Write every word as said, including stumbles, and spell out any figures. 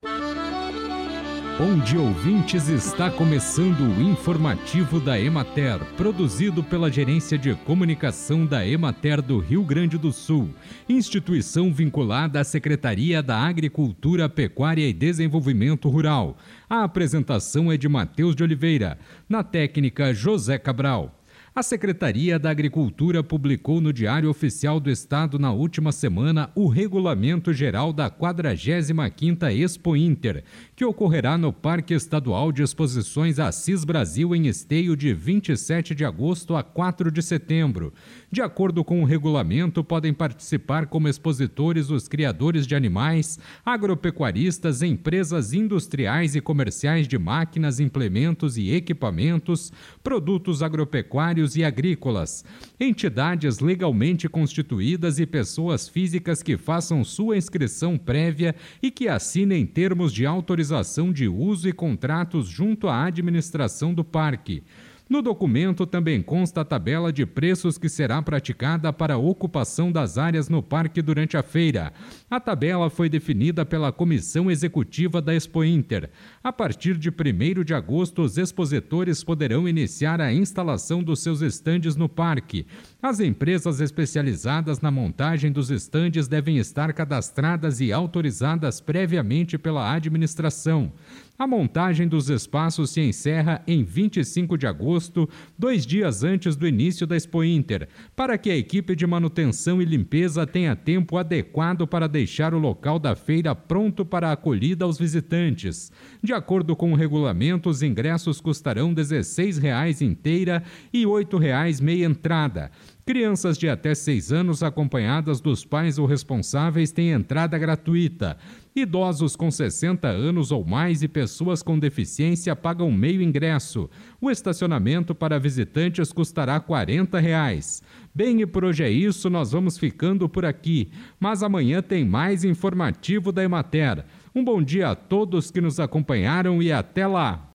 Bom dia, ouvintes, está começando o informativo da Emater, produzido pela Gerência de Comunicação da Emater do Rio Grande do Sul, instituição vinculada à Secretaria da Agricultura, Pecuária e Desenvolvimento Rural. A apresentação é de Matheus de Oliveira, na técnica José Cabral. A Secretaria da Agricultura publicou no Diário Oficial do Estado na última semana o Regulamento Geral da quadragésima quinta Expo Inter, que ocorrerá no Parque Estadual de Exposições Assis Brasil em Esteio de vinte e sete de agosto a quatro de setembro. De acordo com o regulamento, podem participar como expositores os criadores de animais, agropecuaristas, empresas industriais e comerciais de máquinas, implementos e equipamentos, produtos agropecuários e agrícolas, entidades legalmente constituídas e pessoas físicas que façam sua inscrição prévia e que assinem termos de autorização de uso e contratos junto à administração do parque. No documento também consta a tabela de preços que será praticada para a ocupação das áreas no parque durante a feira. A tabela foi definida pela Comissão Executiva da Expo Inter. A partir de primeiro de agosto, os expositores poderão iniciar a instalação dos seus estandes no parque. As empresas especializadas na montagem dos estandes devem estar cadastradas e autorizadas previamente pela administração. A montagem dos espaços se encerra em vinte e cinco de agosto, dois dias antes do início da Expo Inter, para que a equipe de manutenção e limpeza tenha tempo adequado para deixar o local da feira pronto para a acolhida aos visitantes. De acordo com o regulamento, os ingressos custarão dezesseis reais inteira e oito reais meia entrada. Crianças de até seis anos acompanhadas dos pais ou responsáveis têm entrada gratuita. Idosos com sessenta anos ou mais e pessoas com deficiência pagam meio ingresso. O estacionamento para visitantes custará quarenta reais. Bem, e por hoje é isso, nós vamos ficando por aqui. Mas amanhã tem mais informativo da Emater. Um bom dia a todos que nos acompanharam e até lá!